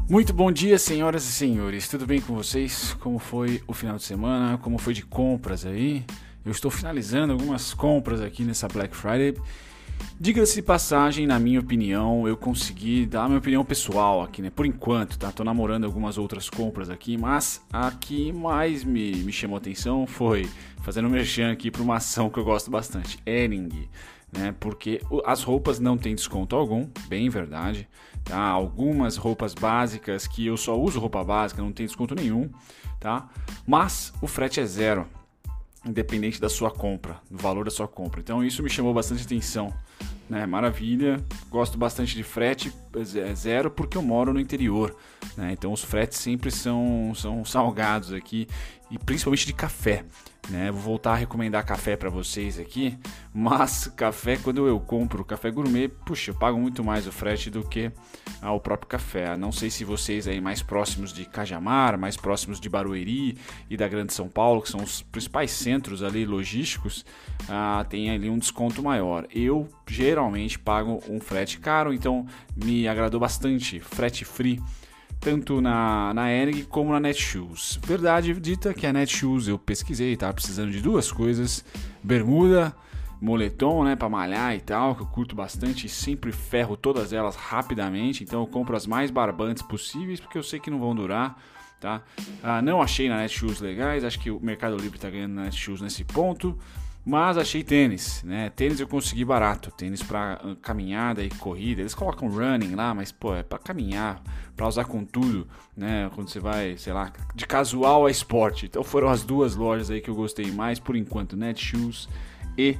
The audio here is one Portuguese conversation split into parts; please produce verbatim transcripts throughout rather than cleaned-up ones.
Muito bom dia, senhoras e senhores. Tudo bem com vocês? Como foi o final de semana? Como foi de compras aí? Eu estou finalizando algumas compras aqui nessa Black Friday. Diga-se de passagem, na minha opinião, eu consegui dar a minha opinião pessoal aqui, né? Por enquanto, tá? Tô namorando algumas outras compras aqui, mas a que mais me, me chamou a atenção foi fazendo um merchan aqui para uma ação que eu gosto bastante, Hering, né? Porque as roupas não tem desconto algum, bem verdade, tá? Algumas roupas básicas que eu só uso roupa básica, não tem desconto nenhum, tá? Mas o frete é zero, independente da sua compra, do valor da sua compra. Então isso me chamou bastante atenção, né? Maravilha, gosto bastante de frete é zero porque eu moro no interior, né? Então os fretes sempre são, são salgados aqui, e principalmente de café, né? Vou voltar a recomendar café para vocês aqui, mas café, quando eu compro café gourmet, puxa, eu pago muito mais o frete do que ah, o próprio café. Não sei se vocês aí mais próximos de Cajamar, mais próximos de Barueri e da Grande São Paulo, que são os principais centros ali logísticos, ah, tem ali um desconto maior. Eu geralmente pago um frete caro, então me agradou bastante, frete free, tanto na, na Hering como na Netshoes. Verdade dita que a Netshoes eu pesquisei, estava precisando de duas coisas: bermuda, moletom, né, para malhar e tal, que eu curto bastante e sempre ferro todas elas rapidamente, então eu compro as mais barbantes possíveis porque eu sei que não vão durar, tá? Ah, não achei na Netshoes legais, acho que o Mercado Livre está ganhando na Netshoes nesse ponto. Mas achei tênis, né? Tênis eu consegui barato, tênis para caminhada e corrida. Eles colocam running lá, mas pô, é para caminhar, para usar com tudo, né? Quando você vai, sei lá, de casual a esporte. Então foram as duas lojas aí que eu gostei mais por enquanto, Netshoes e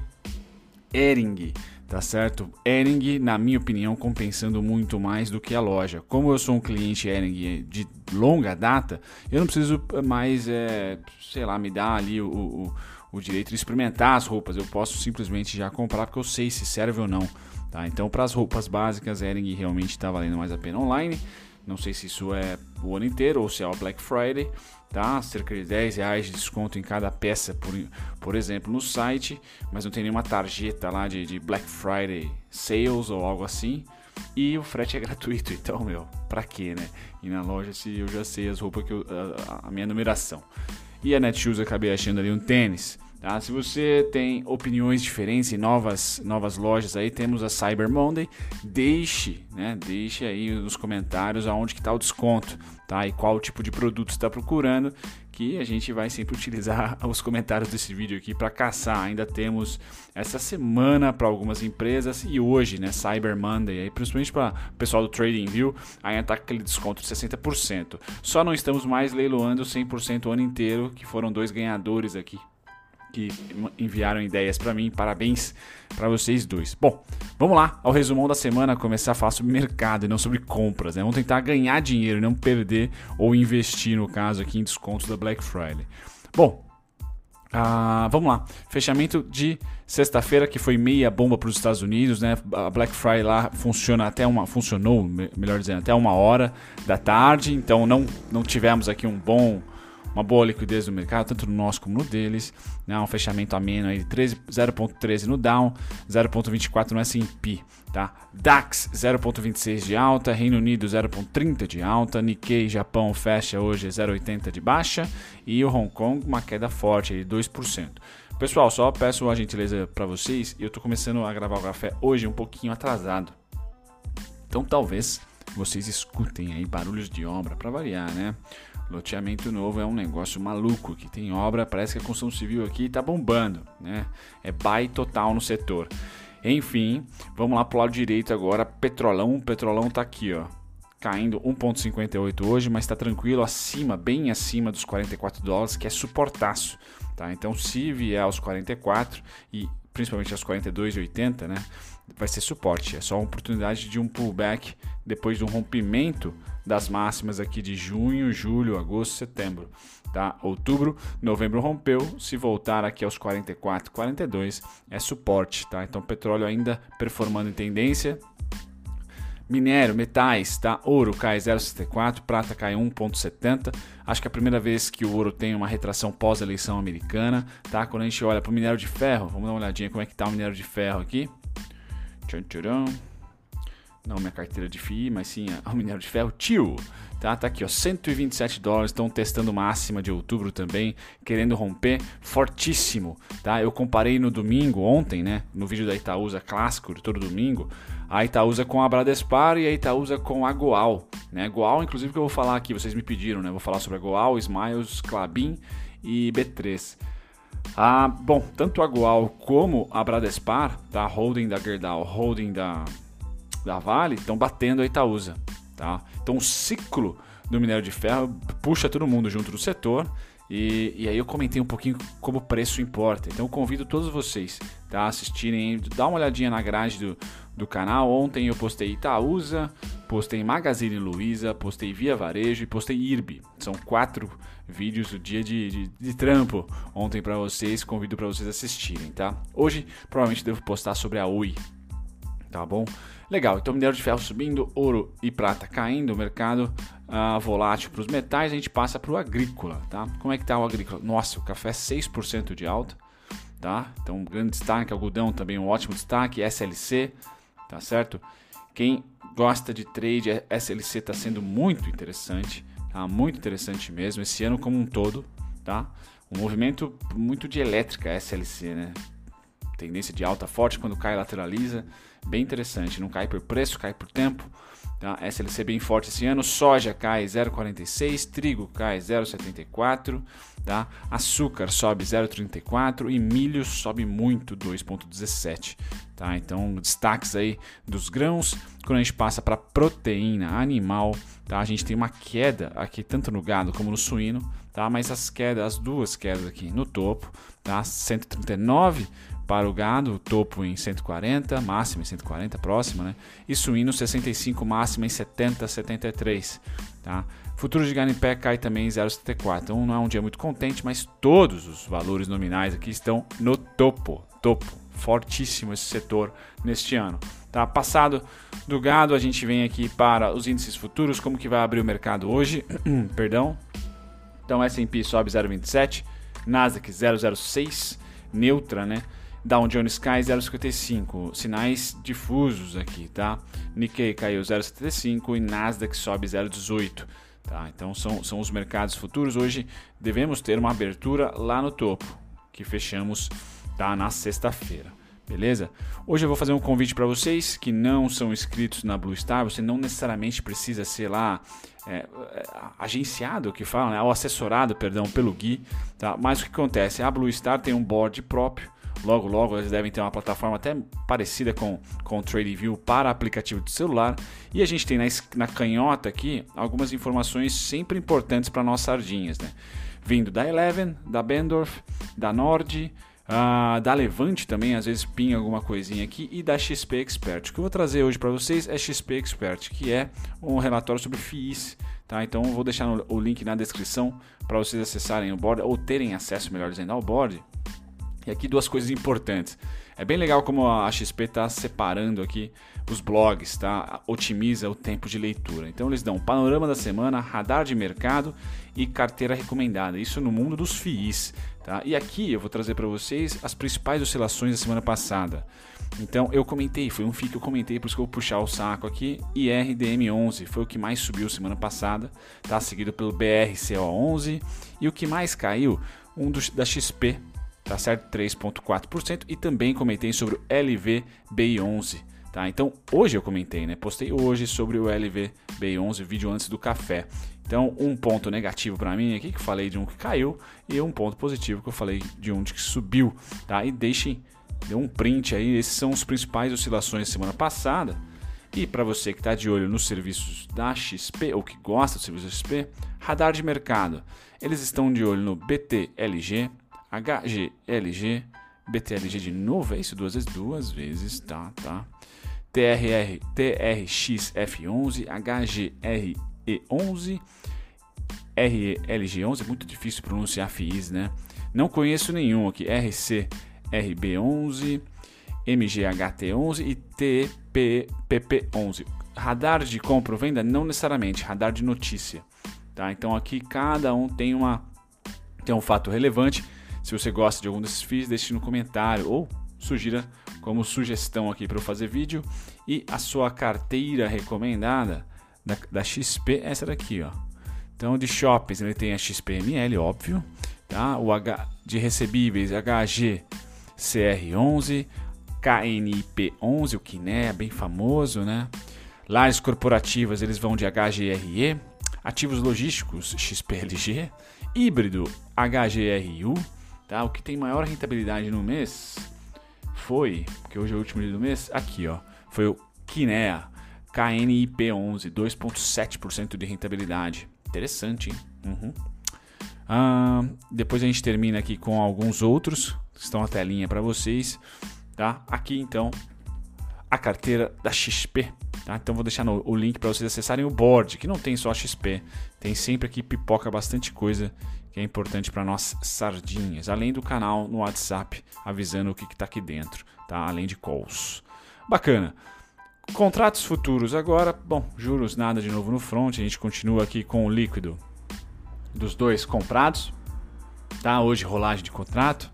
Hering, tá certo? Hering, na minha opinião, compensando muito mais do que a loja. Como eu sou um cliente Hering de longa data, eu não preciso mais, é, sei lá, me dar ali o, o o direito de experimentar as roupas. Eu posso simplesmente já comprar porque eu sei se serve ou não, tá? Então, para as roupas básicas, Hering realmente está valendo mais a pena online. Não sei se isso é o ano inteiro ou se é o Black Friday, tá? Cerca de dez reais de desconto em cada peça, por, por exemplo, no site, mas não tem nenhuma tarjeta lá de, de Black Friday Sales ou algo assim. E o frete é gratuito, então, meu, pra quê, né? E na loja, se eu já sei as roupas que eu, a, a minha numeração. E a Netshoes eu acabei achando ali um tênis. Tá? Se você tem opiniões diferentes e novas, novas lojas aí, temos a Cyber Monday. Deixe, né? Deixe aí nos comentários aonde que está o desconto, tá? E qual tipo de produto você está procurando, que a gente vai sempre utilizar os comentários desse vídeo aqui para caçar. Ainda temos essa semana para algumas empresas e hoje, né, Cyber Monday, aí, principalmente para o pessoal do TradingView, ainda está aquele desconto de sessenta por cento. Só não estamos mais leiloando cem por cento o ano inteiro, que foram dois ganhadores aqui que enviaram ideias para mim. Parabéns para vocês dois. Bom, vamos lá ao resumão da semana, começar a falar sobre mercado e não sobre compras, né? Vamos tentar ganhar dinheiro, não perder ou investir, no caso aqui, em descontos da Black Friday. Bom, ah, vamos lá. Fechamento de sexta-feira, que foi meia bomba para os Estados Unidos, né? A Black Friday lá funciona até uma, funcionou, melhor dizendo, até uma hora da tarde, então não, não tivemos aqui um bom uma boa liquidez no mercado, tanto no nosso como no deles, né? Um fechamento ameno aí de zero vírgula treze no Dow, zero vírgula vinte e quatro no S and P, tá? DAX zero vírgula vinte e seis de alta, Reino Unido zero vírgula trinta de alta, Nikkei Japão fecha hoje zero vírgula oitenta de baixa e o Hong Kong uma queda forte aí de dois por cento. Pessoal, só peço a gentileza para vocês, eu tô começando a gravar o café hoje um pouquinho atrasado, então talvez vocês escutem aí barulhos de obra para variar, né? Loteamento novo é um negócio maluco, que tem obra, parece que a construção civil aqui tá bombando, né? É buy total no setor. Enfim, vamos lá pro lado direito agora, Petrolão, o Petrolão tá aqui, ó, caindo um vírgula cinquenta e oito hoje, mas tá tranquilo, acima, bem acima dos quarenta e quatro dólares, que é suportaço, tá? Então se vier aos quarenta e quatro e principalmente aos quarenta e dois e oitenta, né? Vai ser suporte, é só uma oportunidade de um pullback depois de um rompimento das máximas aqui de junho, julho, agosto, setembro, tá? Outubro, novembro rompeu, se voltar aqui aos quarenta e quatro, quarenta e dois é suporte, tá? Então petróleo ainda performando em tendência. Minério, metais, tá? Ouro cai zero vírgula sessenta e quatro, prata cai um vírgula setenta. Acho que é a primeira vez que o ouro tem uma retração pós-eleição americana, tá? Quando a gente olha para o minério de ferro, vamos dar uma olhadinha como é que tá o minério de ferro aqui. Tchan, tcharam. não minha carteira de F I I, mas sim o minério de ferro, T I O. Tá, tá aqui, ó, cento e vinte e sete dólares, estão testando máxima de outubro também, querendo romper fortíssimo, tá? Eu comparei no domingo, ontem, né, no vídeo da Itaúsa clássico de todo domingo, a Itaúsa com a Bradespar e a Itaúsa com a Goal, né? Goal, inclusive, que eu vou falar aqui, vocês me pediram, né? Vou falar sobre a Goal, Smiles, Klabin e B três. Ah, bom, tanto a Goal como a Bradespar, tá? Holding da Gerdau, holding da, da Vale, estão batendo a Itaúsa. Tá? Então o ciclo do minério de ferro puxa todo mundo junto do setor e, e aí eu comentei um pouquinho como o preço importa. Então eu convido todos vocês, tá, a assistirem, dá uma olhadinha na grade do, do canal. Ontem eu postei Itaúsa, postei Magazine Luiza, postei Via Varejo e postei I R B. São quatro vídeos do dia de, de, de trampo ontem para vocês, convido para vocês assistirem. Tá? Hoje provavelmente devo postar sobre a Oi. Tá bom? Legal, então minério de ferro subindo, ouro e prata caindo, o mercado uh, volátil para os metais, a gente passa para o agrícola, tá? Como é que tá o agrícola? Nossa, o café seis por cento de alta, tá? Então um grande destaque, algodão também um ótimo destaque, S L C, tá certo? Quem gosta de trade, S L C está sendo muito interessante, tá? Muito interessante mesmo, esse ano como um todo, tá? Um movimento muito de elétrica, S L C, né? Tendência de alta forte, quando cai lateraliza, bem interessante, não cai por preço, cai por tempo, tá? S L C bem forte esse ano, soja cai zero vírgula quarenta e seis, trigo cai zero vírgula setenta e quatro, tá? Açúcar sobe zero vírgula trinta e quatro e milho sobe muito dois vírgula dezessete, tá? Então destaques aí dos grãos. Quando a gente passa para proteína animal, tá? A gente tem uma queda aqui tanto no gado como no suíno, tá? Mas as quedas, as duas quedas aqui no topo, tá? cento e trinta e nove para o gado, topo em cento e quarenta, máxima em cento e quarenta, próxima, né? E suíno sessenta e cinco, máxima em setenta, setenta e três, tá? Futuro de gado em pé cai também em zero vírgula setenta e quatro. Então não é um dia muito contente, mas todos os valores nominais aqui estão no topo, topo, fortíssimo esse setor neste ano. Tá? Passado do gado, a gente vem aqui para os índices futuros, como que vai abrir o mercado hoje, perdão. Então S and P sobe zero vírgula vinte e sete, Nasdaq zero vírgula zero seis, neutra, né? Dow Jones cai zero vírgula cinquenta e cinco, sinais difusos aqui, tá? Nikkei caiu zero vírgula setenta e cinco e Nasdaq sobe zero vírgula dezoito, tá? Então são, são os mercados futuros. Hoje devemos ter uma abertura lá no topo, que fechamos, tá, na sexta-feira, beleza? Hoje eu vou fazer um convite para vocês que não são inscritos na Blue Star. Você não necessariamente precisa ser lá é, é, agenciado, que fala, né? Ou assessorado, perdão, pelo Gui, tá? Mas o que acontece? A Blue Star tem um board próprio. Logo, logo eles devem ter uma plataforma até parecida com, com o TradingView para aplicativo de celular. E a gente tem na, na canhota aqui algumas informações sempre importantes para nós sardinhas, né? Vindo da Eleven, da Bendorf, da Nord, uh, da Levante também, às vezes pinga alguma coisinha aqui, e da X P Expert. O que eu vou trazer hoje para vocês é X P Expert, que é um relatório sobre F I Is. Tá? Então eu vou deixar no, o link na descrição para vocês acessarem o board, ou terem acesso, melhor dizendo, ao board. E aqui duas coisas importantes. É bem legal como a X P está separando aqui os blogs, tá? Otimiza o tempo de leitura. Então eles dão panorama da semana, radar de mercado e carteira recomendada. Isso no mundo dos F I Is. Tá? E aqui eu vou trazer para vocês as principais oscilações da semana passada. Então eu comentei, foi um F I I que eu comentei, por isso que eu vou puxar o saco aqui. I R D M onze foi o que mais subiu semana passada, tá? Seguido pelo B R C O onze. E o que mais caiu, um dos, da X P. Tá certo? três vírgula quatro por cento, e também comentei sobre o L V B I onze, tá? Então, hoje eu comentei, né? Postei hoje sobre o L V B I onze, vídeo antes do café. Então, um ponto negativo para mim aqui, que eu falei de um que caiu, e um ponto positivo que eu falei de um que subiu, tá? E deixem, dê um print aí, esses são os principais oscilações da semana passada. E para você que está de olho nos serviços da X P, ou que gosta do serviço da X P, radar de mercado. Eles estão de olho no B T L G, H G L G, B T L G de novo, é isso? Duas vezes? Duas vezes, tá, tá. T R R, T R X F onze, H G R E onze, R E L G onze, muito difícil pronunciar F I Is, né? Não conheço nenhum aqui, R C R B onze, M G H T onze e T P P onze. Radar de compra ou venda? Não necessariamente, radar de notícia, tá? Então aqui cada um tem, uma, tem um fato relevante. Se você gosta de algum desses F I Is, deixe no comentário ou sugira como sugestão aqui para eu fazer vídeo. E a sua carteira recomendada da, da X P, essa daqui, ó. Então, de shoppings, ele tem a X P M L, óbvio, tá? O H de recebíveis, H G C R onze, K N I P onze, o Kinea, bem famoso, né? Lajes corporativas, eles vão de H G R E, ativos logísticos, X P L G, híbrido, H G R U, tá? O que tem maior rentabilidade no mês foi, porque hoje é o último dia do mês, aqui, ó, foi o Kinea, K N I P onze, dois vírgula sete por cento de rentabilidade. Interessante, hein? Uhum. Ah, depois a gente termina aqui com alguns outros que estão na telinha para vocês, tá? Aqui então a carteira da X P, tá? Então vou deixar no, o link para vocês acessarem o board, que não tem só a X P, tem sempre aqui pipoca bastante coisa que é importante para nós sardinhas, além do canal no WhatsApp avisando o que está aqui dentro, tá? Além de calls. Bacana. Contratos futuros agora, bom, juros nada de novo no front, a gente continua aqui com o líquido dos dois comprados, tá? Hoje rolagem de contrato,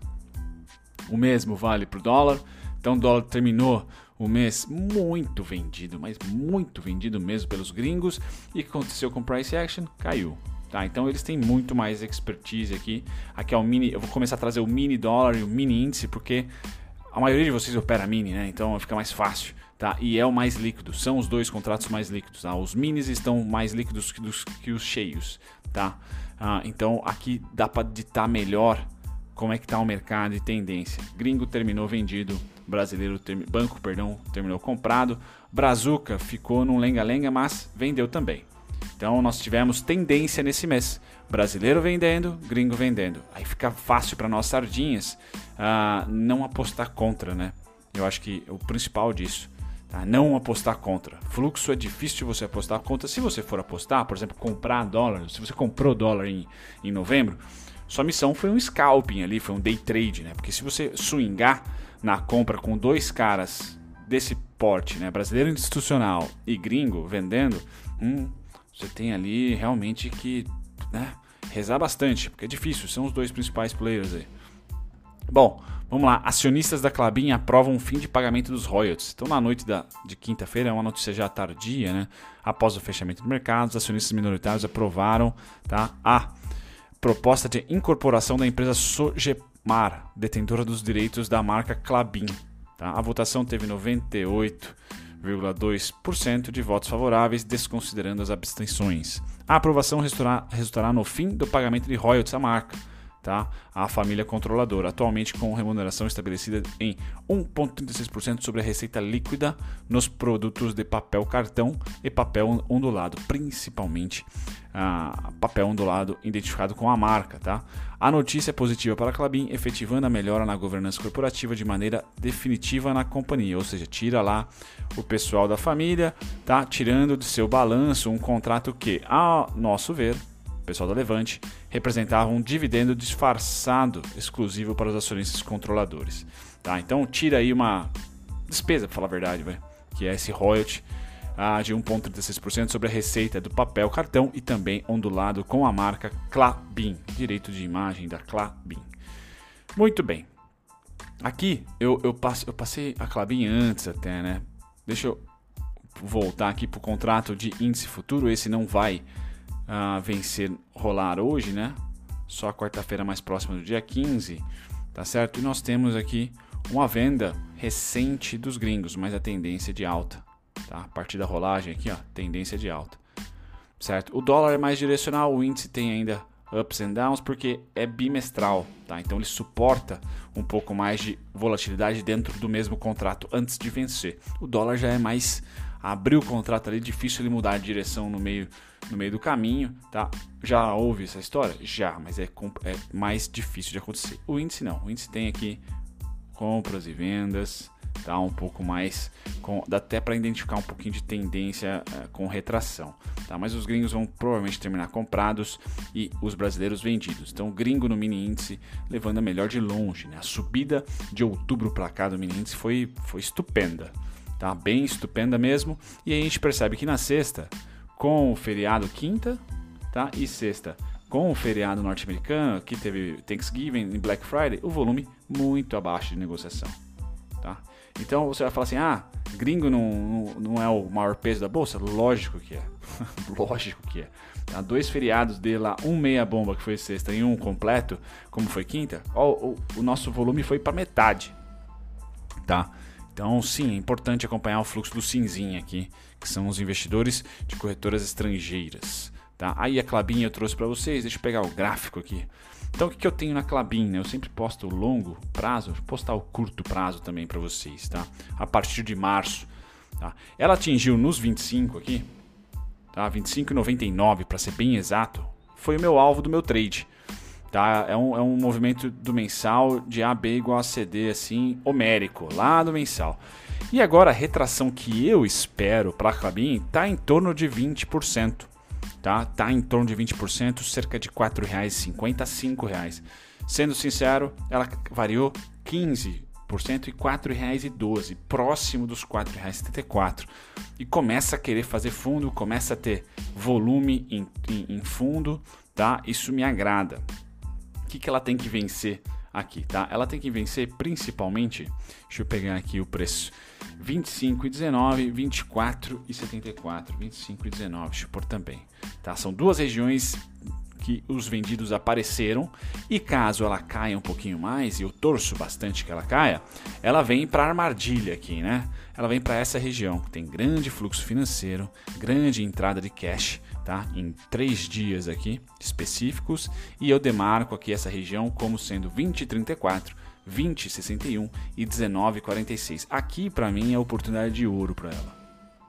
o mesmo vale para o dólar, então o dólar terminou o mês muito vendido, mas muito vendido mesmo pelos gringos, e o que aconteceu com o price action? Caiu, tá? Então eles têm muito mais expertise aqui, aqui é o mini, eu vou começar a trazer o mini dólar e o mini índice, porque a maioria de vocês opera mini, né? Então fica mais fácil. Tá? E é o mais líquido, são os dois contratos mais líquidos. Tá? Os minis estão mais líquidos que, dos, que os cheios. Tá? Ah, então aqui dá para ditar melhor como é que está o mercado e tendência. Gringo terminou vendido, brasileiro termi, banco perdão, terminou comprado, Brazuca ficou num lenga-lenga, mas vendeu também. Então nós tivemos tendência nesse mês. Brasileiro vendendo, gringo vendendo. Aí fica fácil para nós sardinhas ah, não apostar contra, né? Eu acho que o principal disso. Tá? Não apostar contra. Fluxo é difícil você apostar contra. Se você for apostar, por exemplo, comprar dólar, se você comprou dólar em, em novembro, sua missão foi um scalping ali, foi um day trade, né? Porque se você swingar na compra com dois caras desse porte, né? Brasileiro institucional e gringo vendendo, hum, você tem ali realmente que, né, rezar bastante, porque é difícil, são os dois principais players aí. Bom, vamos lá. Acionistas da Klabin aprovam o fim de pagamento dos royalties. Então, na noite da, de quinta-feira, é uma notícia já tardia, né? Após o fechamento do mercado, os acionistas minoritários aprovaram, tá, a proposta de incorporação da empresa Sogemar, detentora dos direitos da marca Klabin. Tá? A votação teve noventa e oito vírgula dois por cento de votos favoráveis, desconsiderando as abstenções. A aprovação resultará, resultará no fim do pagamento de royalties à marca, tá? A família controladora, atualmente com remuneração estabelecida em um vírgula trinta e seis por cento sobre a receita líquida nos produtos de papel cartão e papel ondulado, principalmente ah, papel ondulado identificado com a marca. Tá? A notícia é positiva para a Klabin, efetivando a melhora na governança corporativa de maneira definitiva na companhia, ou seja, tira lá o pessoal da família, tá? Tirando do seu balanço um contrato que, a nosso ver, o pessoal da Levante, representava um dividendo disfarçado exclusivo para os acionistas controladores. Tá? Então tira aí uma despesa, para falar a verdade, véio, que é esse royalty ah, de um vírgula trinta e seis por cento sobre a receita do papel cartão e também ondulado com a marca Klabin, direito de imagem da Klabin. Muito bem. Aqui eu, eu, passe, eu passei a Klabin antes até, né? Deixa eu voltar aqui para o contrato de índice futuro, esse não vai Uh, vencer, rolar hoje, né? Só a quarta-feira mais próxima do dia quinze, tá certo? E nós temos aqui uma venda recente dos gringos, mas a tendência é de alta, tá? A partir da rolagem aqui, ó, tendência de alta, certo? O dólar é mais direcional, o índice tem ainda ups and downs porque é bimestral, tá? Então ele suporta um pouco mais de volatilidade dentro do mesmo contrato antes de vencer. O dólar já é mais, abriu o contrato ali, difícil ele mudar de direção no meio no meio do caminho, tá? Já houve essa história? Já, mas é, é mais difícil de acontecer. O índice não, o índice tem aqui compras e vendas, tá? Um pouco mais, com, dá até para identificar um pouquinho de tendência é, com retração, tá? Mas os gringos vão provavelmente terminar comprados e os brasileiros vendidos. Então o gringo no mini índice levando a melhor de longe, né? A subida de outubro para cá do mini índice foi, foi estupenda, tá? Bem estupenda mesmo. E aí a gente percebe que na sexta, com o feriado quinta, tá? E sexta, com o feriado norte-americano, que teve Thanksgiving e Black Friday, o volume muito abaixo de negociação, tá? Então você vai falar assim, ah, gringo não, não, não é o maior peso da bolsa? Lógico que é, lógico que é. Tá? Dois feriados dele lá, um meia bomba que foi sexta e um completo, como foi quinta, ó, o, o nosso volume foi para metade, tá? Então sim, é importante acompanhar o fluxo do cinzinho aqui, que são os investidores de corretoras estrangeiras, tá? Aí a Klabin eu trouxe para vocês, deixa eu pegar o gráfico aqui. Então o que, que eu tenho na Klabin, né? Eu sempre posto o longo prazo, vou postar o curto prazo também para vocês, tá? A partir de março, tá? Ela atingiu nos vinte e cinco aqui, tá? vinte e cinco vírgula noventa e nove para ser bem exato, foi o meu alvo do meu trade, tá? É um, é um movimento do mensal de A B igual a C D, assim, homérico, lá do mensal. E agora a retração que eu espero para a Klabin está em torno de vinte por cento. Tá? Tá em torno de vinte por cento, cerca de quatro reais e cinquenta centavos a cinco reais. Sendo sincero, ela variou quinze por cento e quatro reais e doze centavos, próximo dos quatro reais e setenta e quatro centavos. E começa a querer fazer fundo, começa a ter volume em, em, em fundo, tá? Isso me agrada. O que, que ela tem que vencer aqui, tá? Ela tem que vencer principalmente, deixa eu pegar aqui o preço, vinte e cinco e dezenove, vinte e quatro e setenta e quatro, vinte e cinco e dezenove, deixa eu pôr também, tá? São duas regiões que os vendidos apareceram e caso ela caia um pouquinho mais, e eu torço bastante que ela caia, ela vem para a armadilha aqui, né? Ela vem para essa região que tem grande fluxo financeiro, grande entrada de cash, tá? Em três dias aqui específicos, e eu demarco aqui essa região como sendo vinte e trinta e quatro, vinte e sessenta e um e dezenove e quarenta e seis. Aqui para mim é oportunidade de ouro para ela.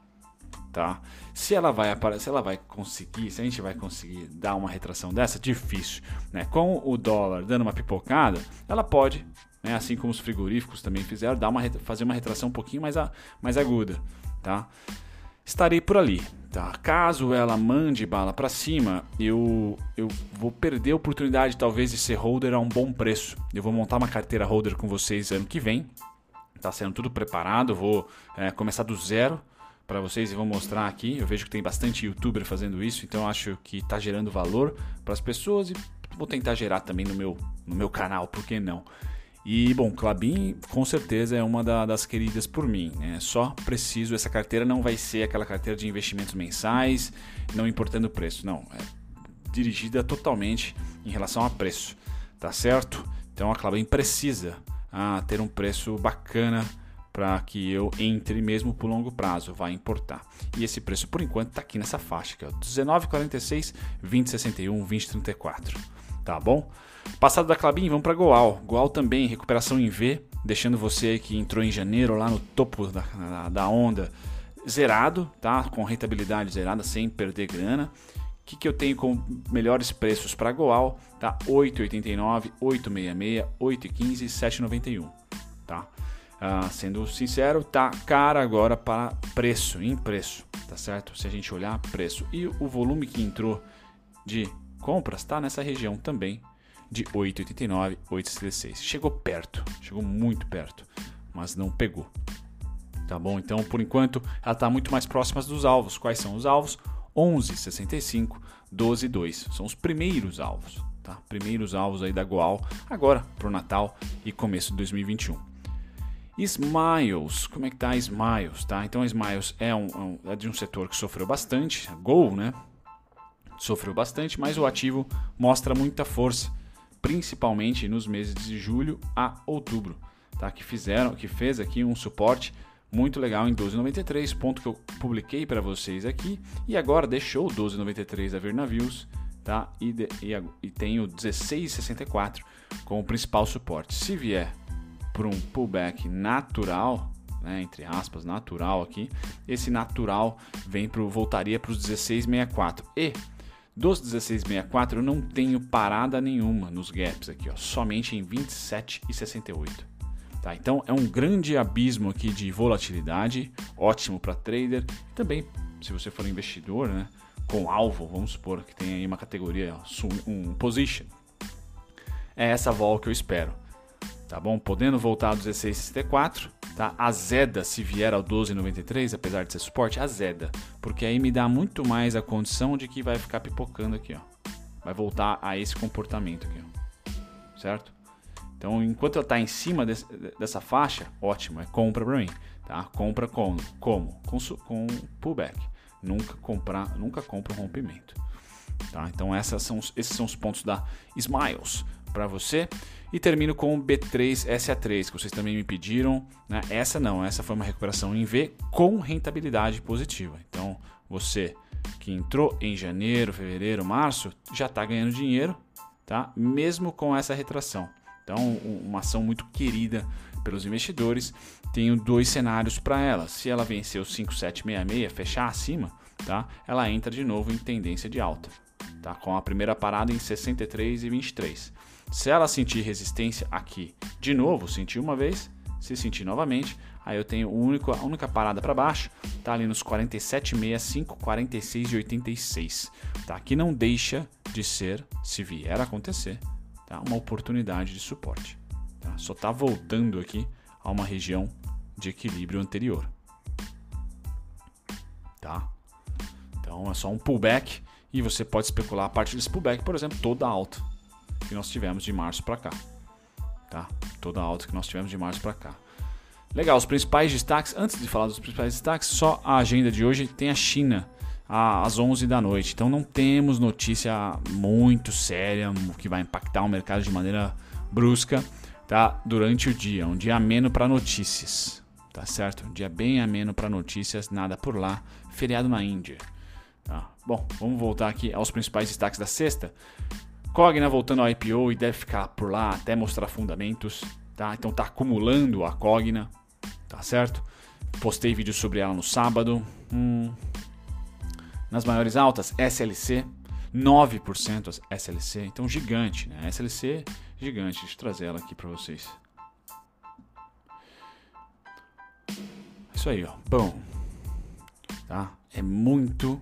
Tá? Se ela vai aparecer, se ela vai conseguir, se a gente vai conseguir dar uma retração dessa, difícil, né? Com o dólar dando uma pipocada, ela pode, né? Assim como os frigoríficos também fizeram, dar uma, fazer uma retração um pouquinho mais, a, mais aguda, tá? Estarei por ali, tá? Caso ela mande bala para cima, eu, eu vou perder a oportunidade talvez de ser holder a um bom preço. Eu vou montar uma carteira holder com vocês ano que vem, tá sendo tudo preparado, vou é, começar do zero para vocês e vou mostrar aqui. Eu vejo que tem bastante youtuber fazendo isso, então acho que está gerando valor para as pessoas e vou tentar gerar também no meu, no meu canal, por que não? E bom, Klabin com certeza é uma da, das queridas por mim, né? Só preciso, essa carteira não vai ser aquela carteira de investimentos mensais, não importando o preço, não, é dirigida totalmente em relação a preço, tá certo? Então a Klabin precisa ah, ter um preço bacana para que eu entre mesmo por longo prazo, vai importar. E esse preço por enquanto está aqui nessa faixa, que é dezenove e quarenta e seis, vinte e sessenta e um, vinte e trinta e quatro. Tá bom? Passado da Klabin, vamos para Goal. Goal também, recuperação em V, deixando você que entrou em janeiro lá no topo da, da, da onda zerado, tá? Com rentabilidade zerada, sem perder grana. O que, que eu tenho com melhores preços para Goal? Tá? oito e oitenta e nove, oito e sessenta e seis, oito e quinze e sete e noventa e um. Tá? Ah, sendo sincero, tá cara agora para preço, em preço, tá certo? Se a gente olhar preço e o volume que entrou de compras está nessa região também de oito e oitenta e nove, oito e sessenta e seis. Chegou perto, chegou muito perto, mas não pegou. Tá bom? Então, por enquanto, ela está muito mais próxima dos alvos. Quais são os alvos? onze e sessenta e cinco, doze e dois. São os primeiros alvos, tá? Primeiros alvos aí da Goal agora para o Natal e começo de dois mil e vinte e um. Smiles, como é que tá a Smiles, tá? Então a Smiles é, um, um, é de um setor que sofreu bastante, a Gol, né? Sofreu bastante, mas o ativo mostra muita força, principalmente nos meses de julho a outubro, tá? Que fizeram, que fez aqui um suporte muito legal em doze e noventa e três, ponto que eu publiquei para vocês aqui, e agora deixou o doze e noventa e três a ver navios, tá? E, de, e, e tem o dezesseis e sessenta e quatro como o principal suporte. Se vier por um pullback natural, né, entre aspas, natural aqui, esse natural vem pro, voltaria para os dezesseis e sessenta e quatro. E dos dezesseis e sessenta e quatro eu não tenho parada nenhuma nos gaps aqui, ó, somente em vinte e sete e sessenta e oito. Tá, então é um grande abismo aqui de volatilidade, ótimo para trader, e também se você for investidor, né, com alvo, vamos supor que tem aí uma categoria, um position, é essa vol que eu espero. Tá bom? Podendo voltar ao dezesseis e sessenta e quatro, tá? Azeda se vier ao doze e noventa e três, apesar de ser suporte, azeda, porque aí me dá muito mais a condição de que vai ficar pipocando aqui, ó. Vai voltar a esse comportamento aqui, ó. Certo? Então, enquanto ela está em cima desse, dessa faixa, ótimo, é compra para mim. Tá? Compra com, como? Com, com pullback. Nunca comprar, nunca compra um rompimento. Tá? Então, essas são, esses são os pontos da Smiles para você. E termino com o B três S A três, que vocês também me pediram. Né? Essa não, essa foi uma recuperação em V com rentabilidade positiva. Então, você que entrou em janeiro, fevereiro, março, já está ganhando dinheiro, tá? Mesmo com essa retração. Então, uma ação muito querida pelos investidores. Tenho dois cenários para ela. Se ela vencer o cinco sete seis seis, fechar acima, tá? Ela entra de novo em tendência de alta, tá? Com a primeira parada em sessenta e três e vinte e três. Se ela sentir resistência aqui de novo, sentir uma vez, se sentir novamente, aí eu tenho o único, a única parada para baixo, tá ali nos quarenta e sete e sessenta e cinco, quarenta e seis e oitenta e seis. Tá? Que não deixa de ser, se vier a acontecer, tá? Uma oportunidade de suporte. Tá? Só está voltando aqui a uma região de equilíbrio anterior. Tá? Então é só um pullback e você pode especular a partir desse pullback, por exemplo, toda a alta que nós tivemos de março para cá. Tá? Toda a alta que nós tivemos de março para cá. Legal, os principais destaques, antes de falar dos principais destaques, só a agenda de hoje tem a China às onze da noite. Então não temos notícia muito séria que vai impactar o mercado de maneira brusca, tá? Durante o dia, um dia ameno para notícias, tá certo? Um dia bem ameno para notícias, nada por lá, feriado na Índia. Tá? Bom, vamos voltar aqui aos principais destaques da sexta. Cogna voltando ao I P O e deve ficar por lá até mostrar fundamentos, tá? Então tá acumulando a Cogna, tá certo? Postei vídeo sobre ela no sábado. Hum. Nas maiores altas, S L C, nove por cento S L C, então gigante, né? S L C gigante, deixa eu trazer ela aqui para vocês. Isso aí, ó, bom, tá? É muito,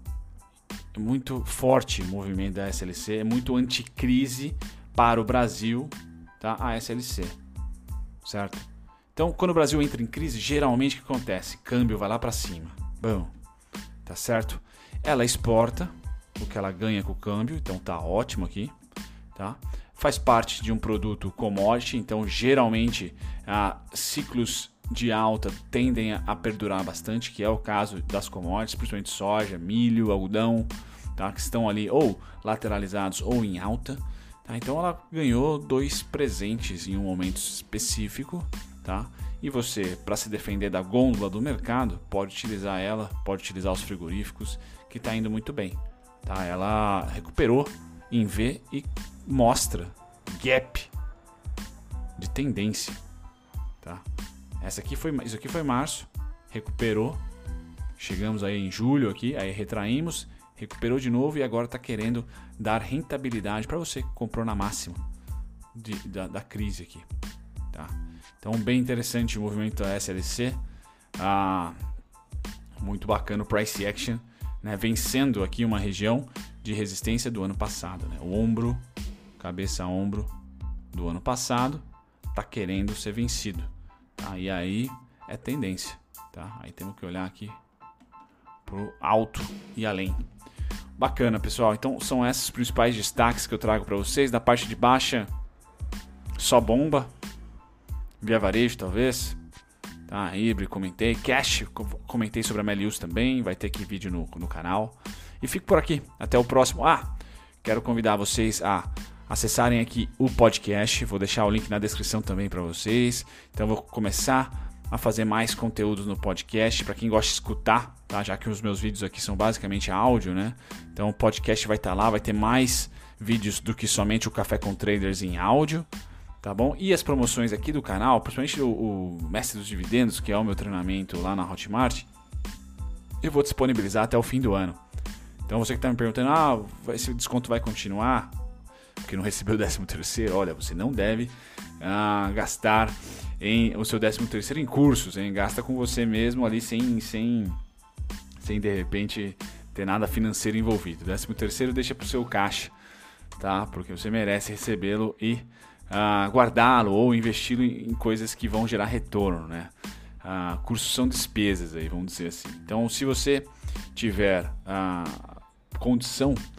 é muito forte o movimento da S L C, é muito anticrise para o Brasil, tá? A S L C, certo? Então, quando o Brasil entra em crise, geralmente o que acontece? Câmbio vai lá para cima, bom, tá certo? Ela exporta o que ela ganha com o câmbio, então tá ótimo aqui, tá? Faz parte de um produto commodity, então geralmente ah, ciclos de alta tendem a, a perdurar bastante, que é o caso das commodities, principalmente soja, milho, algodão, tá? Que estão ali ou lateralizados ou em alta, tá? Então ela ganhou dois presentes em um momento específico, tá? E você, para se defender da gôndola do mercado, pode utilizar ela, pode utilizar os frigoríficos, que está indo muito bem. Tá? Ela recuperou em V e mostra gap de tendência. Tá? Essa aqui foi, isso aqui foi março, recuperou, chegamos aí em julho, aqui, aí retraímos, recuperou de novo e agora está querendo dar rentabilidade para você que comprou na máxima de, da, da crise aqui. Tá? Então, bem interessante o movimento da S L C. Ah, muito bacana o price action, né? Vencendo aqui uma região de resistência do ano passado. Né? O ombro, cabeça a ombro do ano passado está querendo ser vencido. Tá? E aí é tendência. Tá? Aí temos que olhar aqui para o alto e além. Bacana, pessoal. Então são esses os principais destaques que eu trago para vocês. Da parte de baixa, só bomba. Via varejo, talvez. Tá, Ibre, comentei. Cash, comentei sobre a Melius também. Vai ter aqui vídeo no, no canal. E fico por aqui. Até o próximo. Ah, quero convidar vocês a acessarem aqui o podcast. Vou deixar o link na descrição também para vocês. Então, vou começar a fazer mais conteúdos no podcast. Para quem gosta de escutar, tá? Já que os meus vídeos aqui são basicamente áudio, né? Então, o podcast vai estar lá. Vai ter mais vídeos do que somente o Café com Traders em áudio. Tá bom? E as promoções aqui do canal, principalmente o, o Mestre dos Dividendos, que é o meu treinamento lá na Hotmart, eu vou disponibilizar até o fim do ano. Então você que está me perguntando, ah, esse desconto vai continuar? Porque não recebeu o décimo terceiro, olha, você não deve ah, gastar em, o seu décimo terceiro em cursos, hein? Gasta com você mesmo ali sem, sem, sem de repente ter nada financeiro envolvido. O décimo terceiro deixa para o seu caixa, tá? Porque você merece recebê-lo e Uh, guardá-lo ou investi-lo em, em coisas que vão gerar retorno, né? Uh, cursos são despesas aí, vamos dizer assim. Então, se você tiver uh, condição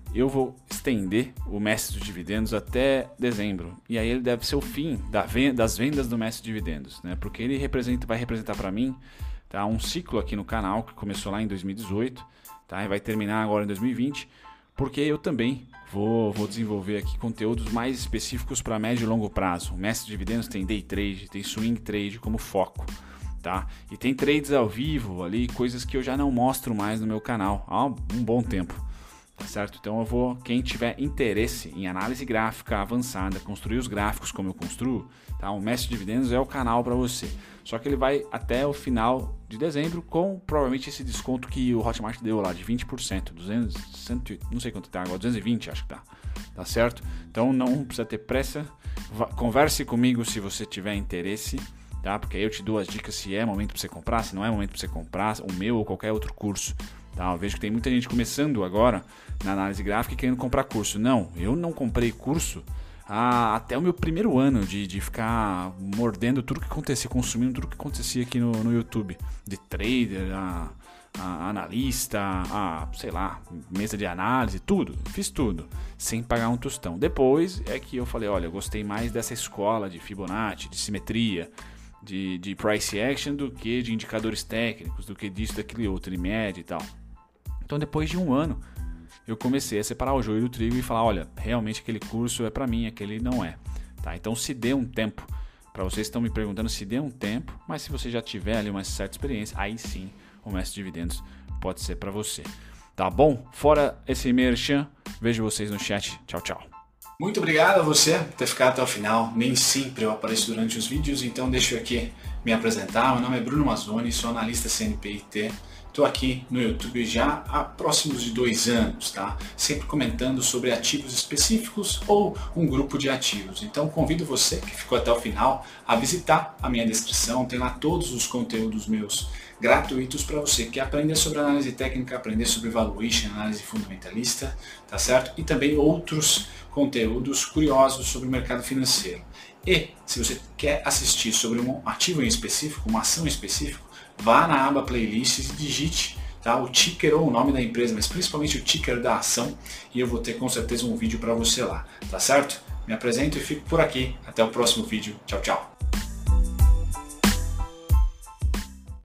eu vou estender o Mestre dos Dividendos até dezembro. E aí ele deve ser o fim das vendas do Mestre dos Dividendos, né? Porque ele representa, vai representar para mim, tá, um ciclo aqui no canal que começou lá em dois mil e dezoito, tá, e vai terminar agora em dois mil e vinte, porque eu também vou, vou desenvolver aqui conteúdos mais específicos para médio e longo prazo. O Mestre dos Dividendos tem Day Trade, tem Swing Trade como foco. Tá? E tem trades ao vivo ali, coisas que eu já não mostro mais no meu canal há um bom tempo, tá certo? Então eu vou, quem tiver interesse em análise gráfica avançada, construir os gráficos como eu construo, tá? O Mestre de Dividendos é o canal para você. Só que ele vai até o final de dezembro com provavelmente esse desconto que o Hotmart deu lá de vinte por cento, duzentos, cem, não sei quanto tá agora, duzentos e vinte acho que tá, tá certo? Então não precisa ter pressa, converse comigo se você tiver interesse. Tá? Porque aí eu te dou as dicas se é momento para você comprar, se não é momento para você comprar, o meu ou qualquer outro curso. Tá? Eu vejo que tem muita gente começando agora na análise gráfica e querendo comprar curso. Não, eu não comprei curso ah, até o meu primeiro ano de, de ficar mordendo tudo que acontecia, consumindo tudo que acontecia aqui no, no YouTube. De trader, a, a analista, a, sei lá, mesa de análise, tudo. Fiz tudo, sem pagar um tostão. Depois é que eu falei, olha, eu gostei mais dessa escola de Fibonacci, de simetria, De, de price action do que de indicadores técnicos, do que disso, daquele outro, de média e tal. Então depois de um ano eu comecei a separar o joio do trigo e falar, olha, realmente aquele curso é para mim, aquele não é. Tá? Então se dê um tempo, para vocês que estão me perguntando, se dê um tempo, mas se você já tiver ali uma certa experiência, aí sim o Mestre de Dividendos pode ser para você. Tá bom? Fora esse merchan, vejo vocês no chat. Tchau, tchau. Muito obrigado a você por ter ficado até o final. Nem sempre eu apareço durante os vídeos, então deixa eu aqui me apresentar. Meu nome é Bruno Mazzoni, sou analista C N P I T. Estou aqui no YouTube já há próximos de dois anos, tá? Sempre comentando sobre ativos específicos ou um grupo de ativos. Então convido você que ficou até o final a visitar a minha descrição. Tem lá todos os conteúdos meus gratuitos para você que quer aprender sobre análise técnica, aprender sobre valuation, análise fundamentalista, tá certo? E também outros conteúdos curiosos sobre o mercado financeiro. E se você quer assistir sobre um ativo em específico, uma ação em específico, vá na aba playlists e digite, tá, o ticker ou o nome da empresa, mas principalmente o ticker da ação, e eu vou ter com certeza um vídeo para você lá, tá certo? Me apresento e fico por aqui. Até o próximo vídeo. Tchau, tchau.